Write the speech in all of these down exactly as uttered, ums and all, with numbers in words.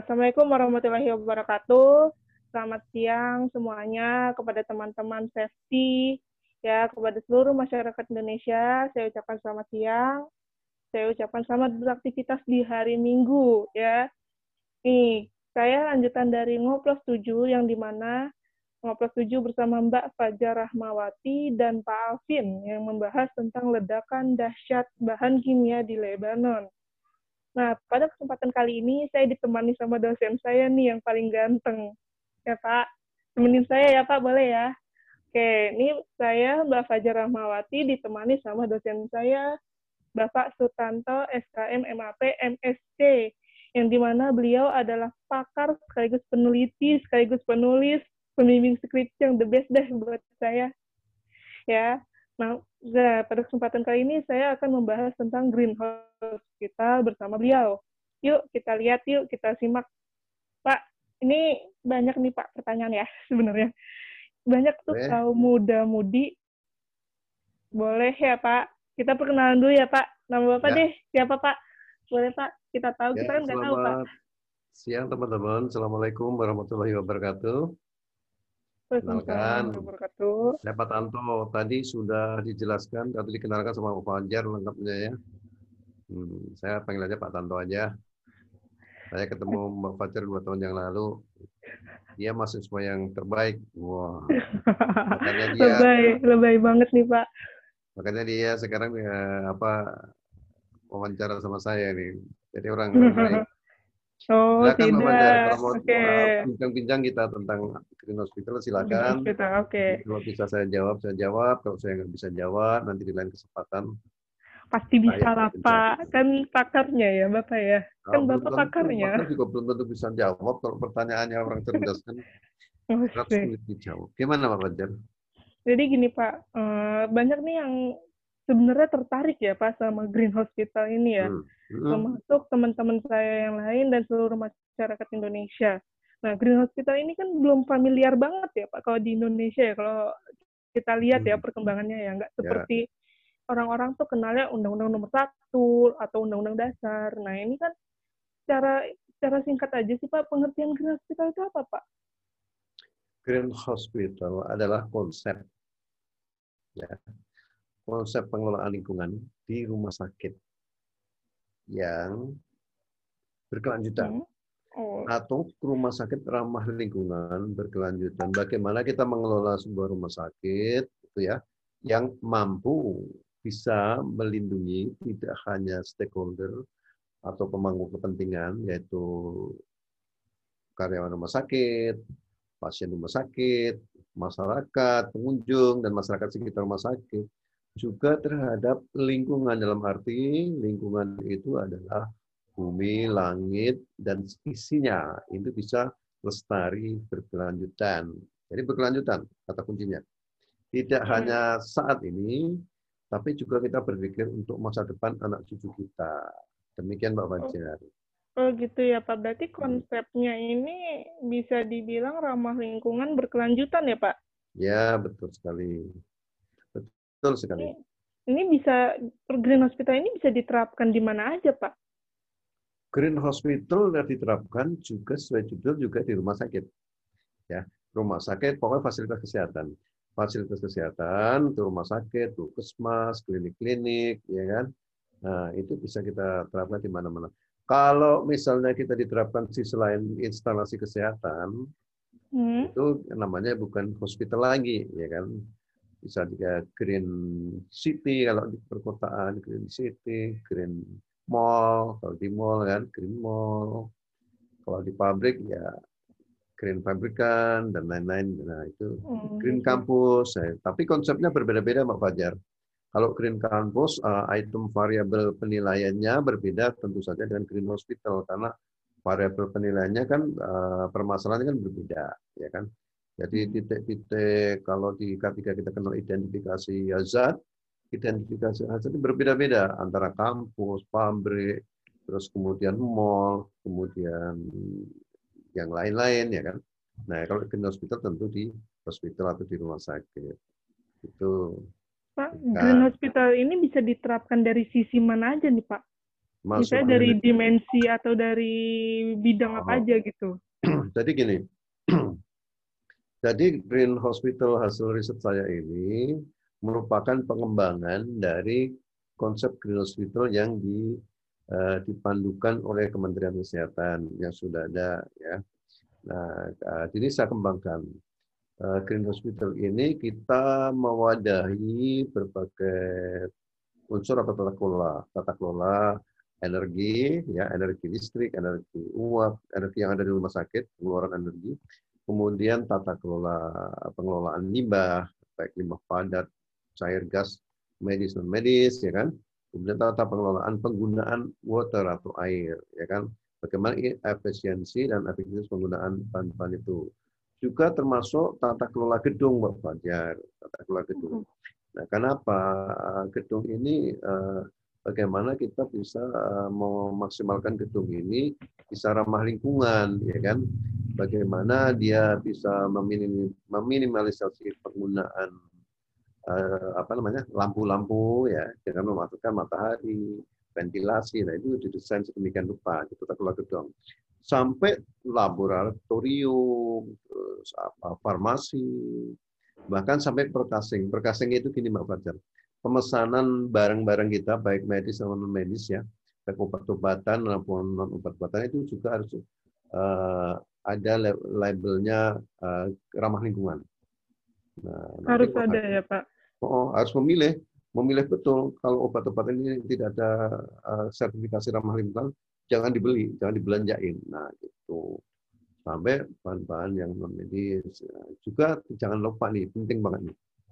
Assalamualaikum warahmatullahi wabarakatuh. Selamat siang semuanya kepada teman-teman safety, ya kepada seluruh masyarakat Indonesia. Saya ucapkan selamat siang. Saya ucapkan selamat beraktivitas di hari Minggu, ya. Nih, saya lanjutan dari Ngoplos tujuh yang dimana Ngoplos tujuh bersama Mbak Fajar Rahmawati dan Pak Alvin yang membahas tentang ledakan dahsyat bahan kimia di Lebanon. Nah, pada kesempatan kali ini saya ditemani sama dosen saya nih yang paling ganteng. Ya, Pak. Temenin saya ya, Pak. Boleh ya? Oke, ini saya Mbak Fajar Rahmawati ditemani sama dosen saya, Bapak Sutanto, S K M M A P M S C, yang dimana beliau adalah pakar sekaligus peneliti, sekaligus penulis, pembimbing skripsi yang the best deh buat saya. Ya, nah, pada kesempatan kali ini saya akan membahas tentang greenhouse kita bersama beliau. Yuk kita lihat, yuk kita simak. Pak, ini banyak nih Pak pertanyaan ya sebenarnya. Banyak tuh Boleh. kaum muda-mudi. Boleh ya Pak? Kita perkenalan dulu ya Pak. Nama Bapak Ya. deh, siapa Pak? Boleh Pak? Kita tahu, Ya, kita kan nggak tahu Pak. selamat siang teman-teman. Assalamualaikum warahmatullahi wabarakatuh. Waalaikumsalam Kenalkan, warahmatullahi wabarakatuh. saya Pak Tanto. Tadi sudah dijelaskan atau dikenalkan sama Pak Fajar lengkapnya ya. Hmm, saya panggil aja Pak Tanto aja. Saya ketemu Mbak Fajar dua tahun yang lalu. Dia mahasiswa yang terbaik. Wah, makanya dia, lebay, lebay banget nih Pak. makanya dia sekarang ya, apa wawancara sama saya nih. Jadi orang orang baik. Oh, Silakan Mbak Fajar, tidak. kalau mau Oke. uh, bincang-bincang kita tentang Green Hospital Green silakan. Hospital, oke. Kalau bisa saya jawab, saya jawab. Kalau saya nggak bisa jawab, nanti di lain kesempatan Pasti saya bisa lah, bincang. Pak. Kan pakarnya ya, Bapak ya. Nah, Kan belum Bapak tentu, pakarnya. bahkan juga belum tentu bisa jawab. Kalau pertanyaannya orang cerdas kan berat Oke. sulit dijawab. Gimana Pak Fajar? Jadi gini, Pak. Eh, banyak nih yang sebenarnya tertarik ya, Pak, sama Green Hospital ini ya. Hmm. Hmm. Termasuk teman-teman saya yang lain dan seluruh masyarakat Indonesia. Nah, Green Hospital ini kan belum familiar banget ya, Pak, kalau di Indonesia ya. Kalau kita lihat ya Hmm. perkembangannya ya, nggak Ya. seperti orang-orang tuh kenalnya Undang-Undang Nomor Satu atau Undang-Undang Dasar. Nah, ini kan cara cara singkat aja sih Pak, pengertian Green Hospital itu apa Pak? Green Hospital adalah konsep, ya, konsep pengelolaan lingkungan di rumah sakit yang berkelanjutan. Hmm. Oh. Atau rumah sakit ramah lingkungan berkelanjutan. Bagaimana kita mengelola sebuah rumah sakit itu ya yang mampu bisa melindungi tidak hanya stakeholder atau pemangku kepentingan yaitu karyawan rumah sakit, pasien rumah sakit, masyarakat, pengunjung dan masyarakat sekitar rumah sakit, juga terhadap lingkungan dalam arti lingkungan itu adalah bumi, langit, dan isinya itu bisa lestari berkelanjutan. Jadi berkelanjutan kata kuncinya. Tidak Hmm. hanya saat ini, tapi juga kita berpikir untuk masa depan anak cucu kita. Demikian Mbak Fajar. Oh gitu ya Pak, berarti konsepnya ini bisa dibilang ramah lingkungan berkelanjutan ya Pak? Ya, betul sekali. Betul sekali. Ini, ini bisa, Green Hospital ini bisa diterapkan di mana aja Pak? Green Hospital yang diterapkan juga sesuai judul juga di rumah sakit. Ya, rumah sakit pokoknya fasilitas kesehatan. Fasilitas kesehatan itu rumah sakit, puskesmas, klinik-klinik, ya kan. Nah, itu bisa kita terapkan di mana-mana. Kalau misalnya kita diterapkan di selain instalasi kesehatan, Hmm. itu namanya bukan hospital lagi, ya kan. Bisa juga Green City kalau di perkotaan, Green City, Green Mall, kalau di mall kan, Green Mall. Kalau di pabrik ya Green Fabrikan dan lain-lain. Nah, itu Oh, Green gitu. Campus. Nah, tapi konsepnya berbeda-beda, Mbak Fajar. Kalau Green Campus, item variabel penilaiannya berbeda tentu saja dengan Green Hospital karena variabel penilaiannya kan permasalahannya kan berbeda, ya kan. Jadi titik-titik kalau di K tiga kita kenal identifikasi hazard, identifikasi hazard itu berbeda-beda antara kampus, pabrik, terus kemudian mall, kemudian yang lain-lain ya kan. Nah, kalau Green Hospital tentu di hospital atau di rumah sakit. Itu Pak, Green kan. Hospital ini bisa diterapkan dari sisi mana aja nih Pak? Masuk Misalnya dari manajemen. dimensi atau dari bidang apa Oh. aja gitu. Jadi gini, jadi Green Hospital hasil riset saya ini merupakan pengembangan dari konsep Green Hospital yang di, uh, dipandukan oleh Kementerian Kesehatan yang sudah ada ya. Nah, uh, jadi saya kembangkan uh, Green Hospital ini kita mewadahi berbagai unsur atau tata kelola, tata kelola energi, ya energi listrik, energi uap, energi yang ada di rumah sakit, pengeluaran energi, kemudian tata kelola pengelolaan limbah, baik limbah padat, cair gas, medis non medis, ya kan, kemudian tata pengelolaan penggunaan water atau air, ya kan, bagaimana efisiensi dan efektivitas penggunaan bahan-bahan itu. Juga termasuk tata kelola gedung, Mbak Fajar, tata kelola gedung. Nah, kenapa gedung ini, bagaimana kita bisa memaksimalkan gedung ini bisa ramah lingkungan, ya kan? Bagaimana dia bisa meminimalisasi penggunaan apa namanya lampu-lampu ya dengan memasukkan matahari, ventilasi. Nah itu didesain sedemikian rupa itu tata kelola gedung. Sampai laboratorium, terus apa farmasi, bahkan sampai percasing. Percasing itu gini Mbak Fajar, pemesanan barang-barang kita baik medis atau non medis ya, baik obat-obatan maupun non obat-obatan itu juga harus uh, ada labelnya uh, ramah lingkungan. Nah, nanti Harus ada ya Pak. Oh, harus memilih, memilih betul. Kalau obat-obatan ini tidak ada uh, sertifikasi ramah lingkungan, jangan dibeli, jangan dibelanjain. Nah, itu sampai bahan-bahan yang non medis. Juga jangan lupa nih, penting banget nih.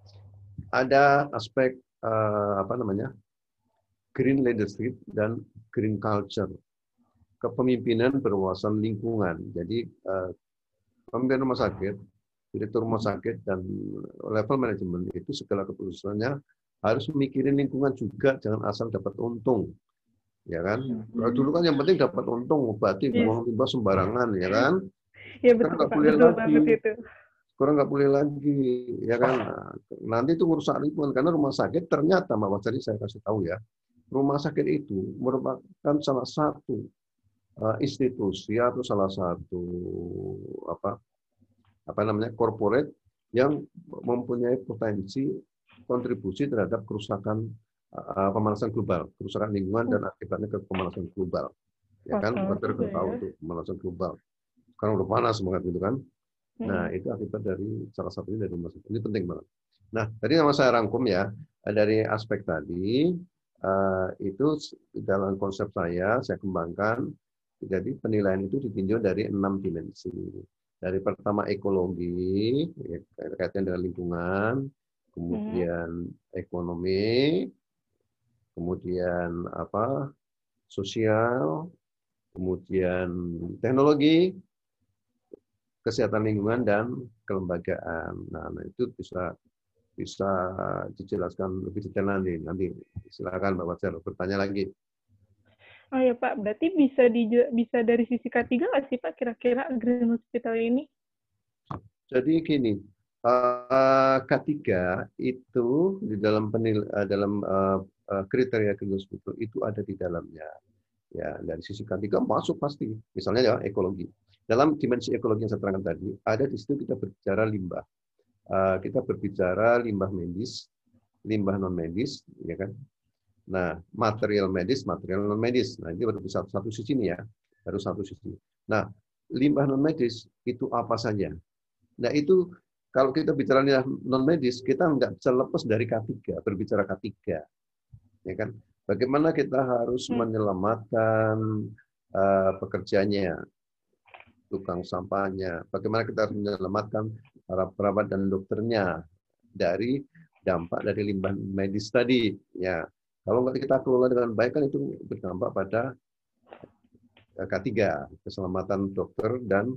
Ada aspek uh, apa namanya green leadership dan green culture, kepemimpinan berwawasan lingkungan. Jadi uh, pemimpin rumah sakit, direktur rumah sakit dan level manajemen itu segala keputusannya harus memikirin lingkungan juga, jangan asal dapat untung, ya kan? Kalau dulu kan yang penting dapat untung, obati, buang limbah sembarangan, ya kan? Iya Sekarang betul nggak Pak, boleh betul lagi, banget itu. sekarang nggak boleh lagi, ya kan? Nah, nanti itu merusak lingkungan karena rumah sakit ternyata, Mbak Wasari saya kasih tahu ya, rumah sakit itu merupakan salah satu uh, institusi atau salah satu apa apa namanya corporate yang mempunyai potensi kontribusi terhadap kerusakan uh, pemanasan global, kerusakan lingkungan dan akibatnya ke pemanasan global. Ya kan, water kan tahu ya. itu pemanasan global. Sekarang udah panas banget gitu kan. Nah, Hmm. itu akibat dari salah satunya dari rumah sakit. Ini penting banget. Nah, tadi sama saya rangkum ya, dari aspek tadi uh, itu dalam konsep saya saya kembangkan. Jadi penilaian itu ditinjau dari enam dimensi. Dari pertama ekologi, ya, kaitan dengan lingkungan, Hmm. kemudian ekonomi, kemudian apa sosial, kemudian teknologi, kesehatan lingkungan dan kelembagaan. Nah, nah itu bisa bisa dijelaskan lebih detail nanti. Nanti silakan Mbak Wajar bertanya lagi. Oh ya Pak, berarti bisa di bisa dari sisi K tiga nggak sih Pak kira-kira Green Hospital ini? Jadi gini, K tiga itu di dalam penil dalam kriteria Green Hospital itu ada di dalamnya. Ya, dari sisi K tiga masuk pasti. Misalnya ya ekologi. Dalam dimensi ekologi yang saya terangkan tadi, ada di situ kita berbicara limbah. Kita berbicara limbah medis, limbah non medis, ya kan? Nah, material medis, material non medis. Nah, ini baru satu, satu sisi nih ya, baru satu sisi. Nah, limbah non medis itu apa saja? Nah, itu kalau kita bicara limbah non medis, kita nggak bisa lepas dari K tiga, berbicara K tiga, ya kan? Bagaimana kita harus Hmm. menyelamatkan uh, pekerjanya, tukang sampahnya. Bagaimana kita harus menyelamatkan para perawat dan dokternya dari dampak dari limbah medis tadi. Ya, kalau nggak kita kelola dengan baik kan itu berdampak pada K tiga, keselamatan dokter dan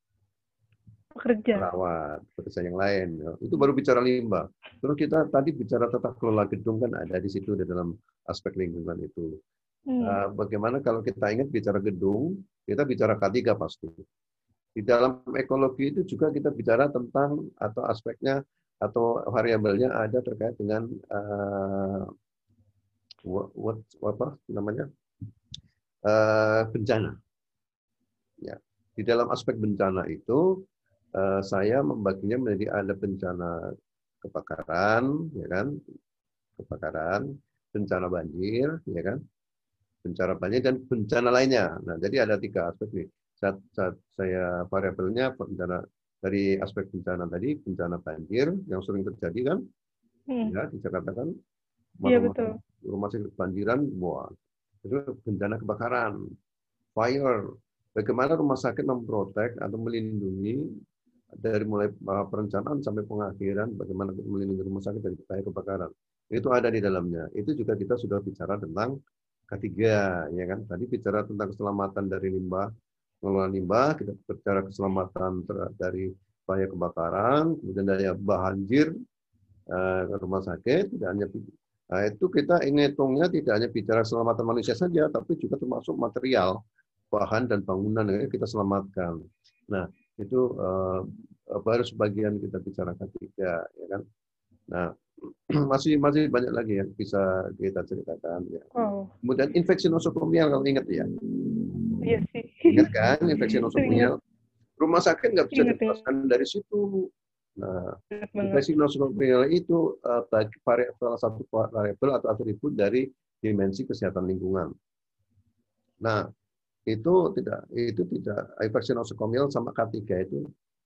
Pekerja. perawat, pekerja yang lain. Itu baru bicara limbah. Terus kita tadi bicara tata kelola gedung kan ada di situ di dalam aspek lingkungan itu. Hmm. Bagaimana kalau kita ingat bicara gedung, kita bicara K tiga pasti. Di dalam ekologi itu juga kita bicara tentang atau aspeknya atau variabelnya ada terkait dengan uh, what, what apa namanya uh, bencana. Ya. Di dalam aspek bencana itu, uh, saya membaginya menjadi ada bencana kebakaran, ya kan, kebakaran, bencana banjir, ya kan, bencana banjir dan bencana lainnya. Nah, jadi ada tiga aspek nih. Saat, saat saya variabelnya bencana dari aspek bencana tadi, bencana banjir yang sering terjadi kan, Hmm. ya di Jakarta kan, Iya rumah, betul. rumah sakit banjiran, wah, itu bencana kebakaran, fire. Bagaimana rumah sakit memprotek atau melindungi dari mulai perencanaan sampai pengakhiran, bagaimana melindungi rumah sakit dari bahaya kebakaran. Itu ada di dalamnya. Itu juga kita sudah bicara tentang K tiga, ya kan? Tadi bicara tentang keselamatan dari limbah, pengelolaan limbah, kita bicara keselamatan dari bahaya kebakaran, kemudian dari banjir, ke rumah sakit, tidak hanya nah, itu kita ngitungnya tidak hanya bicara keselamatan manusia saja, tapi juga termasuk material, bahan dan bangunan yang kita selamatkan. Nah, itu uh, baru sebagian kita bicara ketiga, ya kan. Nah, masih masih banyak lagi yang bisa kita ceritakan. Ya. Oh. Kemudian infeksi nosokomial kalau ingat ya. Iya sih. Ingat kan infeksi nosokomial? Rumah sakit nggak bisa Ingat, dilepaskan dari situ. Nah, ingat banget. infeksi nosokomial itu uh, bagi salah satu variabel atau atribut dari dimensi kesehatan lingkungan. Nah, itu tidak itu tidak infeksi nosokomial sama K tiga itu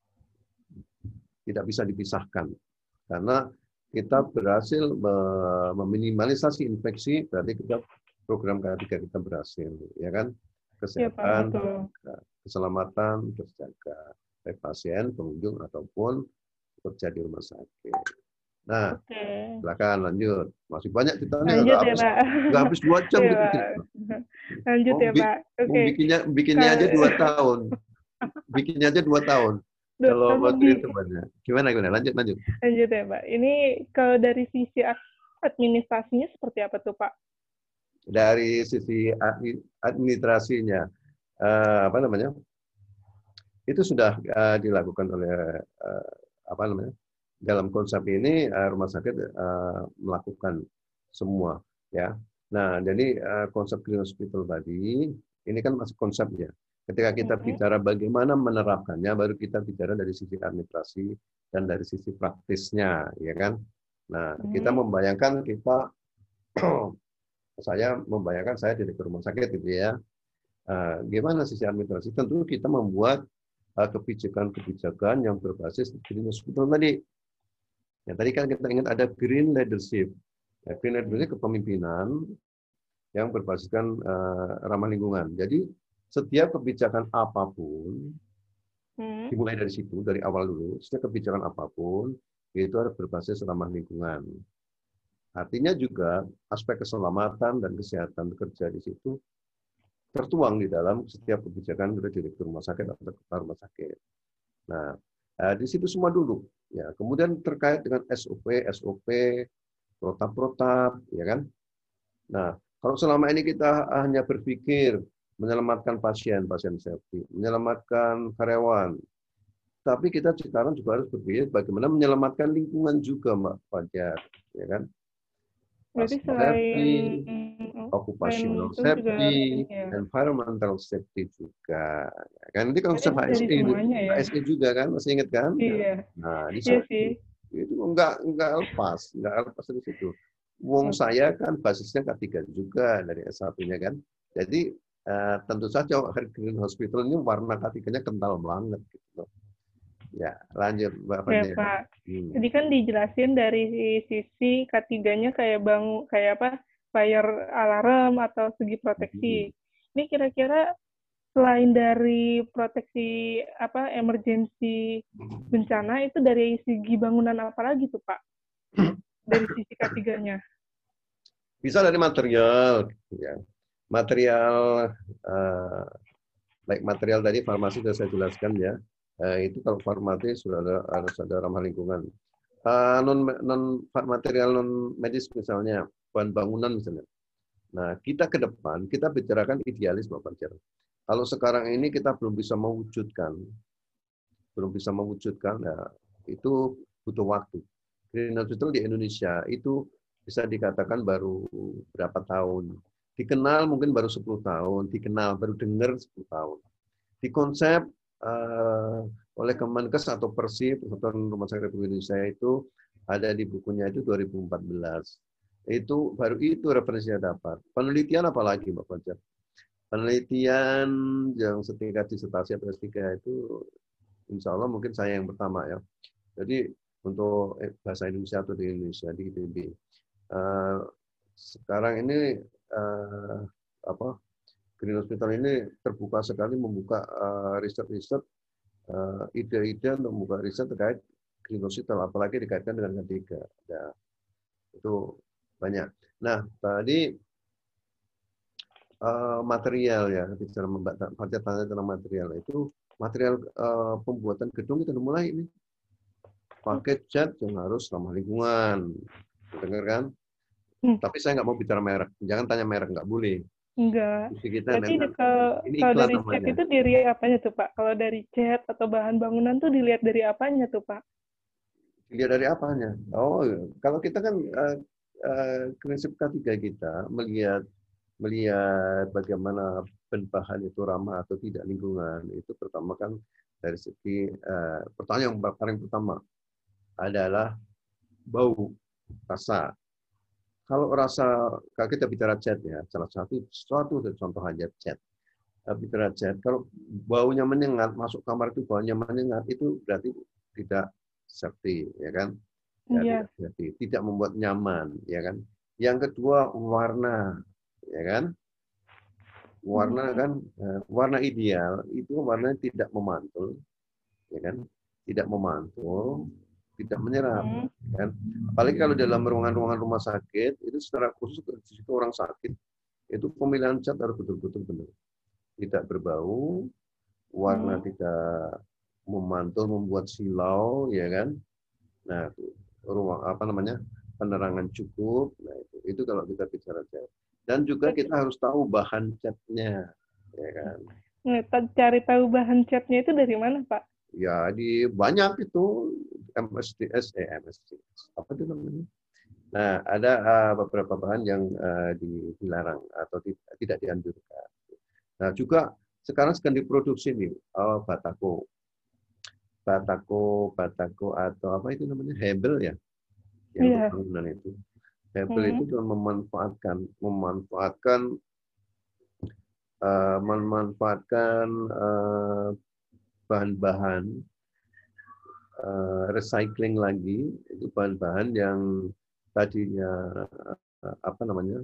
tidak bisa dipisahkan karena kita berhasil meminimalisasi infeksi, berarti kita program K tiga kita berhasil, ya kan? Kesehatan, ya, keselamatan terjaga baik pasien, pengunjung ataupun bekerja di rumah sakit. Nah, okay. silakan lanjut. Masih banyak ditanya, lanjut nggak ya, habis, Pak. nggak habis dua jam ya, kita Pak. cerita. Lanjut Mau, ya, Pak. Oke. Okay. bikinnya, bikinnya aja dua tahun. Bikinnya aja dua tahun. Dua Kalau tahun mau lebih. cerita banyak. Gimana, gimana? Lanjut, lanjut. Lanjut ya, Pak. Ini kalau dari sisi administrasinya seperti apa tuh, Pak? Dari sisi administrasinya, uh, apa namanya? Itu sudah uh, dilakukan oleh uh, apa namanya? Dalam konsep ini uh, rumah sakit uh, melakukan semua, ya. Nah, jadi uh, konsep green hospital tadi ini kan masih konsepnya. Ketika kita Mm-hmm. bicara bagaimana menerapkannya, baru kita bicara dari sisi administrasi dan dari sisi praktisnya, ya kan? Nah, mm-hmm. kita membayangkan kita saya membayangkan saya direktur rumah sakit gitu ya. Uh, gimana sisi administrasi? Tentu kita membuat kebijakan-kebijakan yang berbasis green hospital tadi. Ya, tadi kan kita ingat ada green leadership. Ya, green leadership kepemimpinan yang berbasiskan uh, ramah lingkungan. Jadi setiap kebijakan apapun hmm. dimulai dari situ, dari awal dulu. Setiap kebijakan apapun itu harus berbasis ramah lingkungan. Artinya juga aspek keselamatan dan kesehatan kerja di situ tertuang di dalam setiap kebijakan dari direktur rumah sakit atau kepala rumah sakit. Nah, di situ semua dulu. Ya, kemudian terkait dengan S O P, S O P, protap-protap, ya kan? Nah, kalau selama ini kita hanya berpikir menyelamatkan pasien, pasien safety, menyelamatkan karyawan, tapi kita sekarang juga harus berpikir bagaimana menyelamatkan lingkungan juga, Mbak Fajar, ya kan? Berarti Pasien selain safety, occupational safety, ya. Environmental safety juga. Ya, kan ini konsep H S E, ya? H S E juga kan, masih ingat kan? Iya. Nah, di iya sih. Itu enggak enggak lepas, enggak lepas dari situ. Wong okay. saya kan basisnya K tiga juga dari S satu-nya kan. Jadi uh, tentu saja Green Hospital ini warna K tiga-nya kental banget gitu. Ya, lanjut Mbak Fadil. Ya, Pak. Hmm. Jadi kan dijelasin dari sisi K tiga-nya kayak bang kayak apa? Fire alarm atau segi proteksi. Hmm. Ini kira-kira selain dari proteksi apa emergensi bencana itu dari segi bangunan apa lagi tuh, Pak? Dari sisi K tiga-nya. Bisa dari material ya. Material uh, baik material tadi farmasi sudah saya jelaskan ya. Uh, itu kalau farmasi sudah ada, harus ada ramah lingkungan. Uh, non non material non medis misalnya, bahan bangunan misalnya. Nah, kita ke depan kita bicarakan idealis Bapak Fajar. Kalau sekarang ini kita belum bisa mewujudkan, belum bisa mewujudkan, ya, itu butuh waktu. Green Hospital di Indonesia itu bisa dikatakan baru berapa tahun. Dikenal mungkin baru sepuluh tahun, dikenal baru dengar sepuluh tahun. Dikonsep uh, oleh Kemenkes atau Persi, Persatuan Rumah Sakit Republik Indonesia itu ada di bukunya itu dua ribu empat belas. Itu baru itu referensinya dapat. Penelitian apalagi Mbak Fajar? Penelitian yang setingkat disertasi atau S tiga itu insya Allah mungkin saya yang pertama ya. Jadi untuk bahasa Indonesia atau di Indonesia di I P B. Uh, sekarang ini uh, apa Green Hospital ini terbuka sekali membuka riset-riset, uh, uh, ide-ide untuk membuka riset terkait Green Hospital, apalagi dikaitkan dengan ketiga. Ya, itu banyak. Nah, tadi uh, material ya, bicara membaca tanya tentang material itu material uh, pembuatan gedung kita mulai ini pakai cat yang harus ramah lingkungan, dengar kan? Hmm. Tapi saya nggak mau bicara merek, jangan tanya merek, nggak boleh. Enggak. Kita Berarti kalau, kalau dari cat itu dilihat apanya tuh Pak? Kalau dari cat atau bahan bangunan tuh dilihat dari apanya tuh Pak? Dilihat dari apanya? Oh, kalau kita kan uh, uh, prinsip ketiga kita melihat melihat bagaimana bahan itu ramah atau tidak lingkungan itu pertama kan dari segi uh, pertanyaan yang paling pertama adalah bau, rasa. Kalau rasa, kalau kita bicara cat ya, salah satu suatu contoh aja cat. Bicara cat, kalau baunya menyengat, masuk kamar itu baunya menyengat, itu berarti tidak safety, ya kan? Ya, yeah. Tidak safety, tidak membuat nyaman, ya kan? Yang kedua warna, ya kan? Warna kan, warna ideal itu warna tidak memantul, ya kan? Tidak memantul, tidak menyerap, kan? Apalagi kalau dalam ruangan-ruangan rumah sakit itu secara khusus itu orang sakit itu pemilihan cat harus betul-betul benar, tidak berbau, warna hmm. tidak memantul membuat silau, ya kan? Nah, ruang apa namanya penerangan cukup, nah itu itu kalau kita bicara cat. Dan juga kita harus tahu bahan catnya, ya kan? Nah, cari tahu bahan catnya itu dari mana Pak? Ya di banyak itu M S D S, eh M S D S, apa itu namanya? Nah ada uh, beberapa bahan yang uh, dilarang atau tidak dianjurkan. Nah juga sekarang sedang diproduksi nih uh, batako, batako, batako atau apa itu namanya hebel ya, yang yeah. untuk bangunan itu. Hebel hmm. itu juga memanfaatkan, memanfaatkan, uh, memanfaatkan uh, bahan-bahan uh, recycling lagi, itu bahan-bahan yang tadinya uh, apa namanya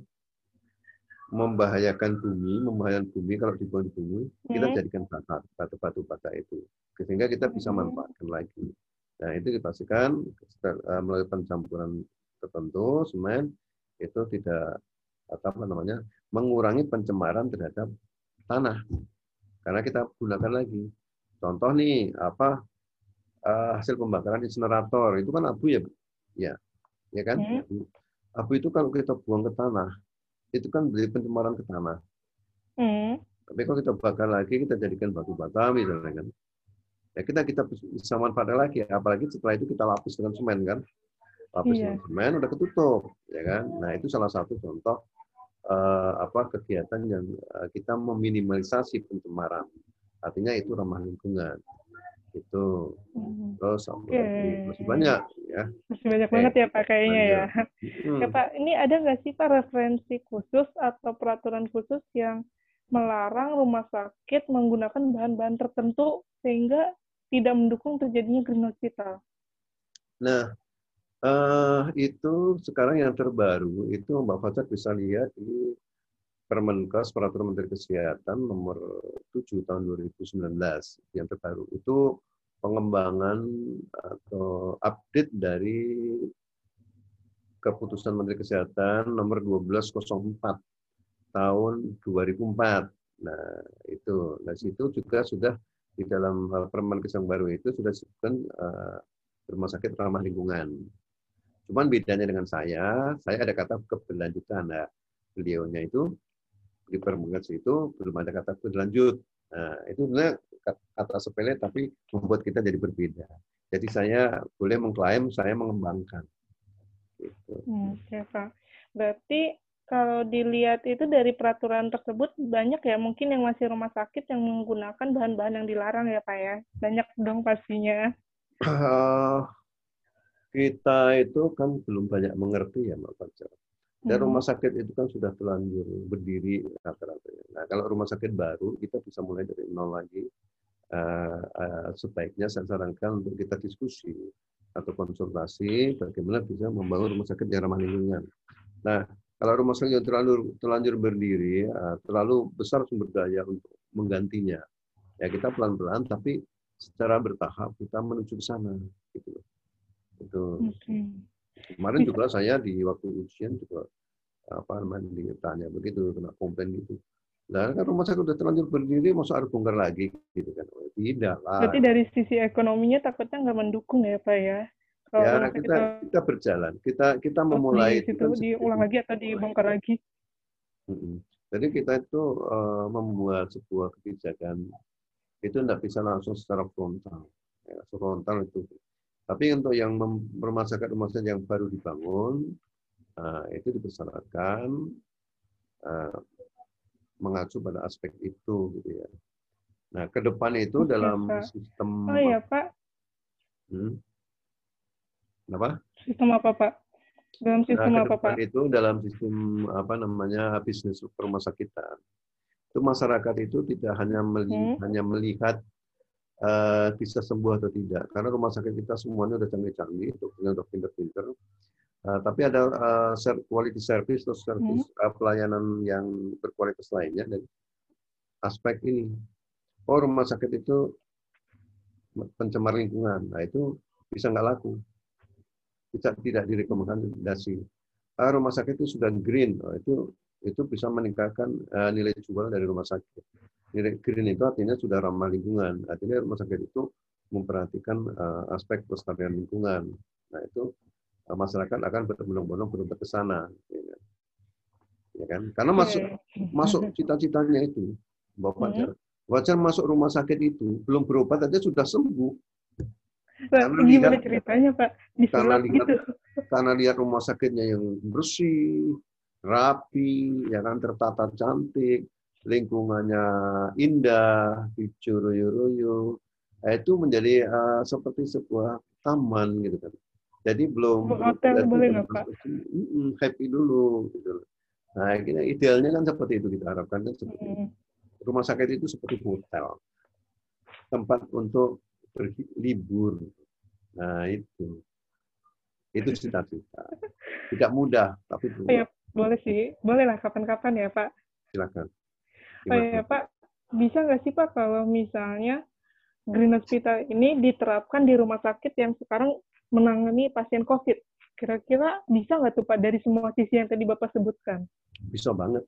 membahayakan bumi, membahayakan bumi kalau dibuang di bumi, hmm. kita jadikan bata, batu-batu bata itu, sehingga kita bisa manfaatkan lagi. Nah itu dipastikan uh, melalui pencampuran tertentu, semen itu tidak apa namanya mengurangi pencemaran terhadap tanah, karena kita gunakan lagi. Contoh nih apa uh, hasil pembakaran insinerator itu kan abu ya, ya, ya kan? Hmm. Abu itu kalau kita buang ke tanah itu kan beri pencemaran ke tanah. Hmm. Tapi kalau kita bakar lagi, kita jadikan batu bata misalnya kan, ya kita kita bisa manfaatkan lagi. Apalagi setelah itu kita lapis dengan semen kan, lapis yeah. dengan semen udah ketutup, ya kan? Nah itu salah satu contoh uh, apa kegiatan yang uh, kita meminimalisasi pencemaran. Artinya itu ramah lingkungan. Itu terus okay. masih banyak ya masih banyak okay. banget ya Pak kayaknya banyak. ya hmm. ya Pak, ini ada nggak sih Pak referensi khusus atau peraturan khusus yang melarang rumah sakit menggunakan bahan-bahan tertentu sehingga tidak mendukung terjadinya green hospital? Nah uh, itu sekarang yang terbaru itu Mbak Fajar bisa lihat di Permenkes Peraturan Menteri Kesehatan nomor tujuh tahun dua ribu sembilan belas yang terbaru itu pengembangan atau update dari keputusan Menteri Kesehatan nomor dua belas nol empat tahun dua ribu empat. Nah, itu. Nah, situ juga sudah di dalam Permenkes yang baru itu sudah disebutkan uh, rumah sakit ramah lingkungan. Cuman bedanya dengan saya, saya ada kata keberlanjutan. Nah, beliaunya itu di Permenkes itu belum ada kata berlanjut. Nah, itu sebenarnya kata sepele tapi membuat kita jadi berbeda. Jadi saya boleh mengklaim saya mengembangkan. Gitu. Oke, Pak. Berarti kalau dilihat itu dari peraturan tersebut banyak ya mungkin yang masih rumah sakit yang menggunakan bahan-bahan yang dilarang ya Pak ya. Banyak dong pastinya. Uh, kita itu kan belum banyak mengerti ya Mbak Fajar. Dan rumah Hmm. sakit itu kan sudah terlanjur berdiri rata-rata. Nah, kalau rumah sakit baru kita bisa mulai dari nol lagi. Uh, uh, sebaiknya saya sarankan untuk kita diskusi atau konsultasi bagaimana bisa membangun rumah sakit yang ramah lingkungan. Nah, kalau rumah sakit yang terlanjur terlanjur berdiri, uh, terlalu besar sumber daya untuk menggantinya. Ya kita pelan-pelan, tapi secara bertahap kita menuju ke sana. Gitu. Itu. Okay. Kemarin Bisa. juga saya di waktu ujian juga apa namanya ditanya begitu, kena komplain gitu. Nah, kan rumah sakit udah terlanjur berdiri, masa harus bongkar lagi, gitu kan? Oh, tidak lah. Berarti dari sisi ekonominya takutnya nggak mendukung ya Pak ya? Kalau Ya rumah sakit kita kita berjalan, kita kita terus di memulai itu situ kan diulang sedikit. lagi atau dibongkar lagi? Jadi kita itu uh, membuat sebuah kebijakan itu tidak bisa langsung secara frontal, ya, frontal itu. Tapi untuk yang rumah sakit rumah sakit yang baru dibangun, uh, itu dipersyaratkan uh, mengacu pada aspek itu, gitu ya. Nah, ke depan itu Oke, dalam Pak. Oh sistem iya, Pak. hmm, apa? Sistem apa, Pak? Dalam Nah, sistem ke apa, depan Pak? itu dalam sistem apa namanya bisnis rumah sakitan, itu masyarakat itu tidak hanya melihat, Hmm? hanya melihat uh, bisa sembuh atau tidak, karena rumah sakit kita semuanya udah canggih-canggih, dokternya udah pinter-pinter. Uh, tapi ada uh, quality service atau Hmm? service uh, pelayanan yang berkualitas lainnya dari aspek ini. Oh, rumah sakit itu pencemar lingkungan, nah itu bisa nggak laku, bisa tidak direkomendasi. Uh, rumah sakit itu sudah green, oh, itu itu bisa meningkatkan uh, nilai jual dari rumah sakit. Nilai green itu artinya sudah ramah lingkungan, artinya rumah sakit itu memperhatikan uh, aspek pelestarian lingkungan. Nah itu uh, masyarakat akan berbondong-bondong berobat ke sana, ya kan? Ya kan? Karena masuk Oke. masuk cita-citanya itu, Bapak Hmm? Fajar. Wajar masuk rumah sakit itu belum berobat aja sudah sembuh. Pak, Karena lihat gimana ceritanya, Pak? karena Disulap lihat gitu? karena lihat rumah sakitnya yang bersih, rapi, ya kan tertata cantik, lingkungannya indah, hijau royo-royo. Nah, itu menjadi uh, seperti sebuah taman gitu kan. Jadi belum Sebuah belum hotel lihat boleh baru nggak, Pak? masuk sini, mm, happy dulu gitu. Nah, kita idealnya kan seperti itu kita harapkan kan seperti itu. Hmm. Rumah sakit itu seperti hotel, tempat untuk berlibur. Nah, itu. Itu cita-cita. Tidak mudah, tapi Oh ya, perlu. boleh sih. Boleh lah kapan-kapan ya, Pak. Silakan. Oh ya, Gimana? Pak. Bisa nggak sih, Pak, kalau misalnya Green Hospital ini diterapkan di rumah sakit yang sekarang menangani pasien COVID? Kira-kira bisa nggak tuh, Pak, dari semua sisi yang tadi Bapak sebutkan? Bisa banget.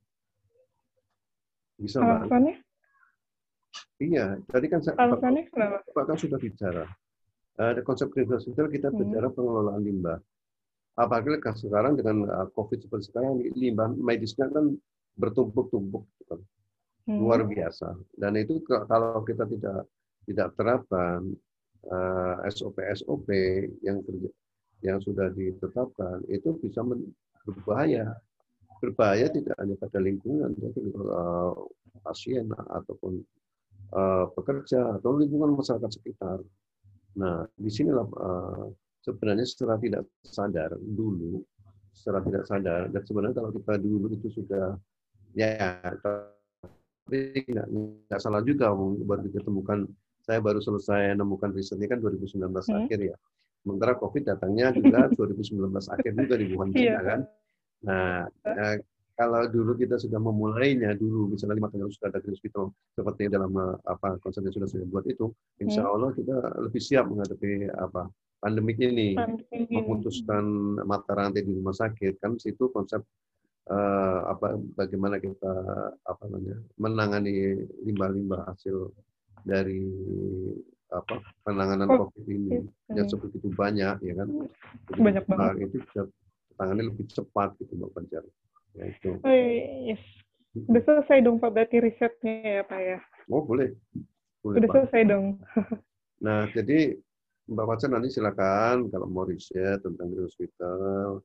Bisa banget. Alasannya? Iya, tadi kan saya, Bapak, Alasannya kenapa? Bapak kan sudah bicara. Ada konsep green hospital kita Hmm. bicara pengelolaan limbah. Apalagi sekarang dengan uh, COVID seperti sekarang, limbah medisnya kan bertumpuk-tumpuk, gitu. Hmm. Luar biasa. Dan itu kalau kita tidak tidak terapkan uh, S O P S O P yang terj- yang sudah ditetapkan, itu bisa berbahaya. Berbahaya tidak hanya pada lingkungan, tapi uh, pasien ataupun uh, pekerja atau lingkungan masyarakat sekitar. Nah, disinilah uh, sebenarnya secara tidak sadar dulu, secara tidak sadar, dan sebenarnya kalau kita dulu itu sudah, ya, tapi nggak, nggak salah juga, baru ditemukan, saya baru selesai menemukan risetnya kan dua ribu sembilan belas Hmm. akhir ya. Sementara COVID datangnya juga dua ribu sembilan belas akhir juga di Wuhan, Iya, China Pak. kan. Nah, eh, kalau dulu kita sudah memulainya dulu, misalnya lima tahun lalu sudah ada green hospital seperti dalam eh, apa konsep yang sudah saya buat itu, insya Hmm. Allah kita lebih siap menghadapi apa pandemik ini, Pandemi ini. memutuskan mata rantai di rumah sakit kan situ konsep eh, apa bagaimana kita apa namanya menangani limbah-limbah hasil dari apa penanganan COVID ini COVID. yang Hmm. sebegitu banyak ya kan begitu Banyak banget. besar itu bisa tangani lebih cepat gitu Mbak Panjar. Ya itu. Oh, yes. Udah selesai dong, Pak, berarti risetnya ya, Pak ya? Oh boleh, boleh Udah Pak. selesai dong. Nah jadi Mbak Panjar nanti silakan kalau mau riset tentang green hospital,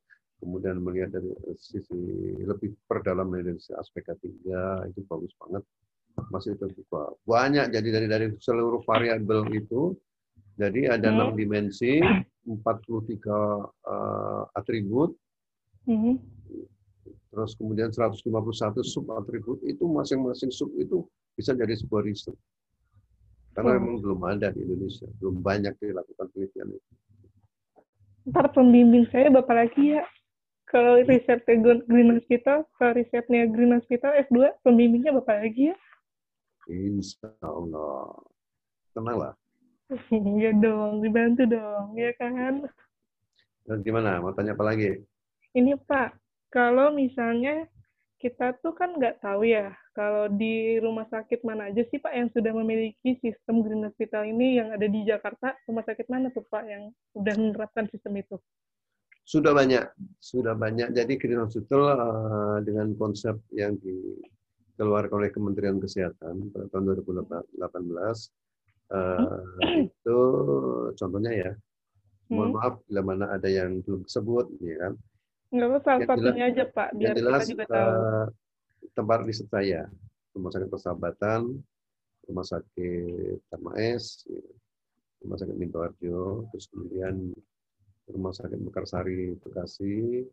kemudian melihat dari sisi lebih perdalam dari sisi aspek ketiga, itu bagus banget. Masih terbuka. Banyak, jadi dari dari seluruh variabel itu, jadi ada enam Hmm. dimensi, empat puluh tiga uh, atribut, Hmm. terus kemudian seratus lima puluh satu sub atribut, itu masing-masing sub itu bisa jadi sebuah riset. Karena Wow. memang belum ada di Indonesia, belum banyak dilakukan penelitian itu. Ntar pembimbing saya Bapak lagi ya. Kalau risetnya Green Hospital, kalau risetnya Green Hospital S dua, pembimbingnya Bapak lagi ya. Insya Allah. Tenanglah. Iya dong, dibantu dong, ya kan? Dan gimana? Mau tanya apa lagi? Ini Pak, kalau misalnya kita tuh kan nggak tahu ya, kalau di rumah sakit mana aja sih Pak yang sudah memiliki sistem Green Hospital ini yang ada di Jakarta, rumah sakit mana tuh Pak yang sudah menerapkan sistem itu? Sudah banyak, sudah banyak. Jadi Green Hospital uh, dengan konsep yang dikeluarkan oleh Kementerian Kesehatan pada tahun dua ribu delapan belas, uh, itu contohnya ya, mohon Hmm? maaf bila mana ada yang belum disebut, ya kan. Nggak apa, salah Yang jelas, satunya aja Pak, yang biar kita jelas juga tahu. uh, tempat riset saya, Rumah Sakit Persahabatan, Rumah Sakit Darmais, Rumah Sakit Minto Harjo, terus kemudian Rumah Sakit Mekarsari Bekasi.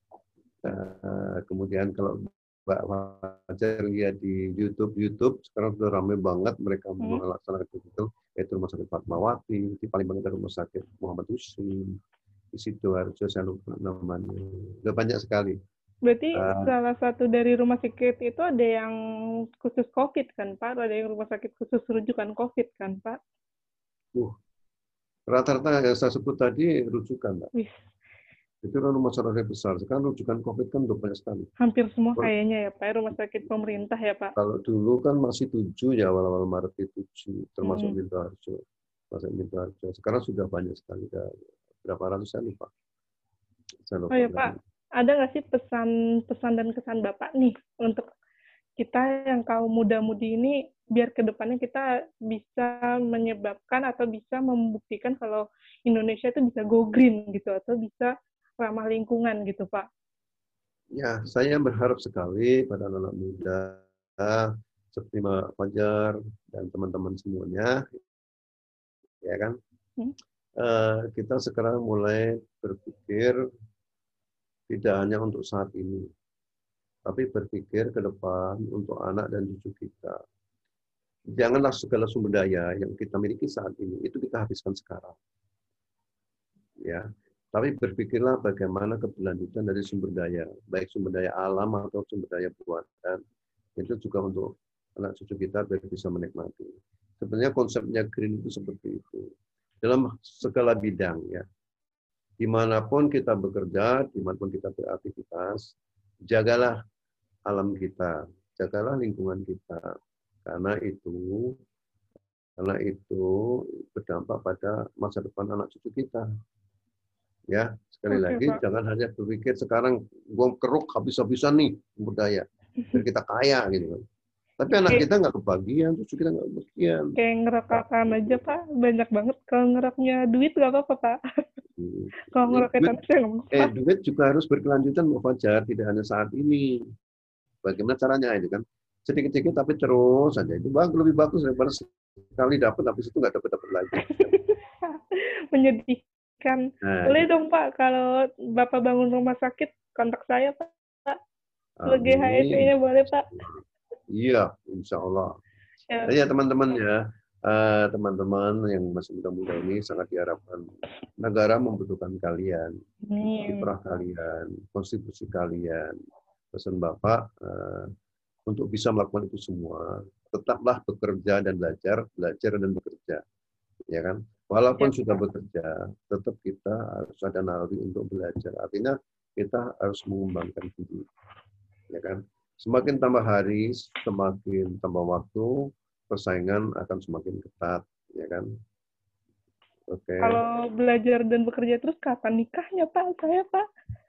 Uh, kemudian kalau Mbak Fajar lihat di YouTube, YouTube sekarang sudah ramai banget mereka Hmm? melaksanakan itu, yaitu Rumah Sakit Fatmawati, di paling banyak Rumah Sakit Muhammad Husin, di Sidoarjo saya lupa namanya, sudah banyak sekali. Berarti Uh, salah satu dari rumah sakit itu ada yang khusus COVID kan Pak? Ada yang rumah sakit khusus rujukan COVID kan Pak? uh, rata-rata yang saya sebut tadi rujukan, Mbak. Wih, Itu kan rumah sakit besar. Sekarang rujukan COVID kan udah banyak sekali. hampir semua kayaknya ya Pak, rumah sakit pemerintah ya Pak? Kalau dulu kan masih tujuh ya, awal-awal Maret itu tujuh, termasuk Hmm. Minto Harjo. Masuk Minto Harjo. Sekarang sudah banyak sekali. Berapa ratus saya lupa. Saya lupa Oh ya berapa. Pak, ada nggak sih pesan-pesan dan kesan Bapak nih untuk kita yang kaum muda-mudi ini biar kedepannya kita bisa menyebabkan atau bisa membuktikan kalau Indonesia itu bisa go green gitu atau bisa ramah lingkungan gitu Pak? Ya, saya berharap sekali pada anak-anak muda seperti Mbak Fajar dan teman-teman semuanya, ya kan? Hmm? Uh, kita sekarang mulai berpikir tidak hanya untuk saat ini, tapi berpikir ke depan untuk anak dan cucu kita. Janganlah segala sumber daya yang kita miliki saat ini itu kita habiskan sekarang. Ya, tapi berpikirlah bagaimana keberlanjutan dari sumber daya, baik sumber daya alam atau sumber daya buatan, itu juga untuk anak cucu kita biar bisa menikmati. Sebenarnya konsepnya green itu seperti itu. Dalam segala bidang ya, dimanapun kita bekerja, dimanapun kita beraktivitas, jagalah alam kita, jagalah lingkungan kita, karena itu karena itu berdampak pada masa depan anak cucu kita. Ya, sekali Oke, lagi Pak. jangan hanya berpikir sekarang gue keruk habis-habisan nih sumber daya biar kita kaya gitu kan. Tapi anak Kayak, kita nggak kebagian, cucu kita nggak kebagian. kayak ngerakakan aja, Pak. Banyak banget. Kalau ngeraknya duit nggak apa-apa, Pak. Kalau Ini ngeraknya duit, tanah, saya nggak eh apa-apa. duit juga harus berkelanjutan, Mbak Fajar, tidak hanya saat ini. Bagaimana caranya itu kan? Sedikit-sedikit tapi terus saja itu bagus, lebih bagus daripada sekali dapat habis itu nggak dapat dapat lagi. Menyedihkan. Nah, Boleh gitu. dong, Pak. Kalau Bapak bangun rumah sakit, kontak saya, Pak. Sebagai Amin. H R D-nya boleh, Pak. Iya, insya Allah. Ya. Ya teman-teman ya, eh, teman-teman yang masih muda-muda ini sangat diharapkan negara membutuhkan kalian, Amin. kiprah kalian, konstitusi kalian. Pesan Bapak eh, untuk bisa melakukan itu semua, tetaplah bekerja dan belajar, belajar dan bekerja, ya kan? Walaupun Ya, sudah Pak. bekerja, tetap kita harus ada naluri untuk belajar. Artinya kita harus mengembangkan diri, ya kan? Semakin tambah hari, semakin tambah waktu, persaingan akan semakin ketat, ya kan? Oke. Kalau belajar dan bekerja terus, kapan nikahnya, Pak? Saya, Pak.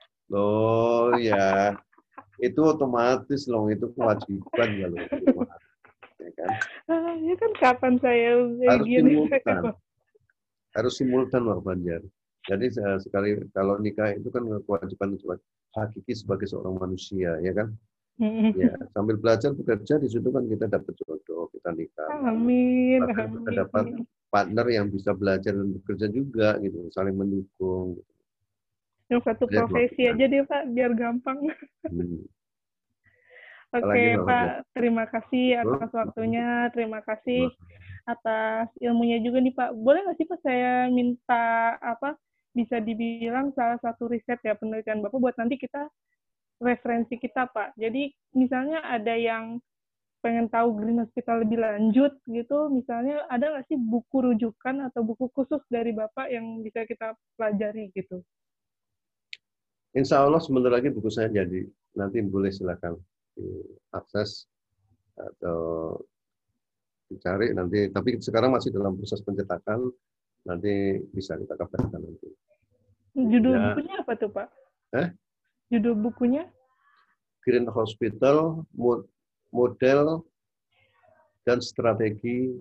Oh ya, itu otomatis loh, itu kewajiban kalau ya kan? Ah, ya kan kapan saya Harus gini, saya, simultan, Pak. harus simultan Mbak Banjar. Jadi eh, sekali kalau nikah itu kan kewajiban sebagai hakiki sebagai seorang manusia, ya kan? Ya, sambil belajar bekerja di situ kan kita dapat jodoh, kita nikah. Amin, Bahkan kita dapat amin. partner yang bisa belajar dan bekerja juga, gitu, saling mendukung. Gitu. Yang satu Lihat profesi waktunya. aja deh Pak, biar gampang. Hmm. Apalagi Oke Mbak Fajar. Pak, terima kasih Oh, atas waktunya, terima kasih atas ilmunya juga nih Pak. Boleh nggak sih Pak saya minta apa bisa dibilang salah satu riset ya penelitian Bapak buat nanti kita referensi kita Pak. Jadi misalnya ada yang pengen tahu Green Hospital lebih lanjut gitu, misalnya ada nggak sih buku rujukan atau buku khusus dari Bapak yang bisa kita pelajari gitu? Insya Allah sebentar lagi buku saya jadi. Nanti boleh silakan diakses atau dicari nanti. Tapi sekarang masih dalam proses pencetakan. Nanti bisa kita kabarkan nanti. Judul Ya, bukunya apa tuh Pak? eh, Judul bukunya? Green Hospital, model dan strategi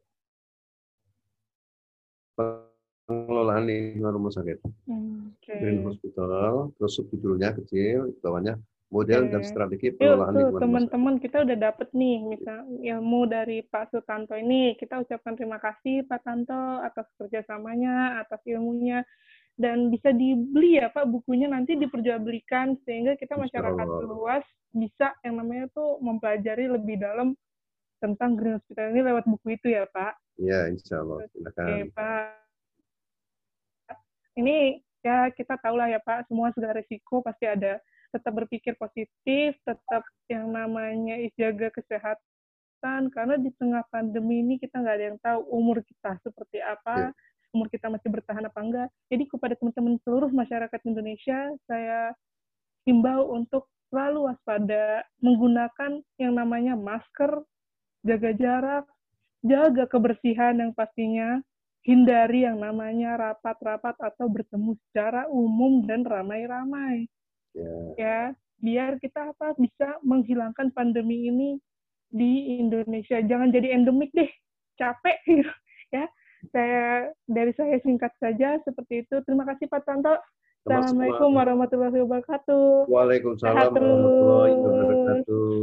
pengelolaan lingkungan rumah sakit. Hmm, oke. Green Hospital, terus subjudulnya kecil, bawahnya Oke. model dan strategi Yuk pengelolaan tuh lingkungan rumah sakit. teman-teman kita udah dapet nih misal ilmu dari Pak Sutanto ini. Kita ucapkan terima kasih Pak Tanto atas kerjasamanya, atas ilmunya. Dan bisa dibeli ya Pak bukunya nanti diperjualbelikan sehingga kita Insya masyarakat Allah. luas bisa yang namanya tuh mempelajari lebih dalam tentang Green Hospital ini lewat buku itu ya Pak. Ya, insya Allah. Oke Silakan. Pak. Ini ya kita tahu lah ya Pak, semua segala risiko pasti ada. Tetap berpikir positif, tetap yang namanya jaga kesehatan, karena di tengah pandemi ini kita nggak ada yang tahu umur kita seperti Ya. apa, umur kita masih bertahan apa enggak. Jadi kepada teman-teman seluruh masyarakat Indonesia, saya himbau untuk selalu waspada, menggunakan yang namanya masker, jaga jarak, jaga kebersihan yang pastinya, hindari yang namanya rapat-rapat atau bertemu secara umum dan ramai-ramai. Ya. Ya, biar kita apa bisa menghilangkan pandemi ini di Indonesia. Jangan jadi endemik deh, capek gitu. Ya, saya dari saya singkat saja seperti itu. Terima kasih Pak Tanto. Sama-sama. Assalamualaikum warahmatullahi wabarakatuh. Waalaikumsalam Sehat warahmatullahi terus. wabarakatuh.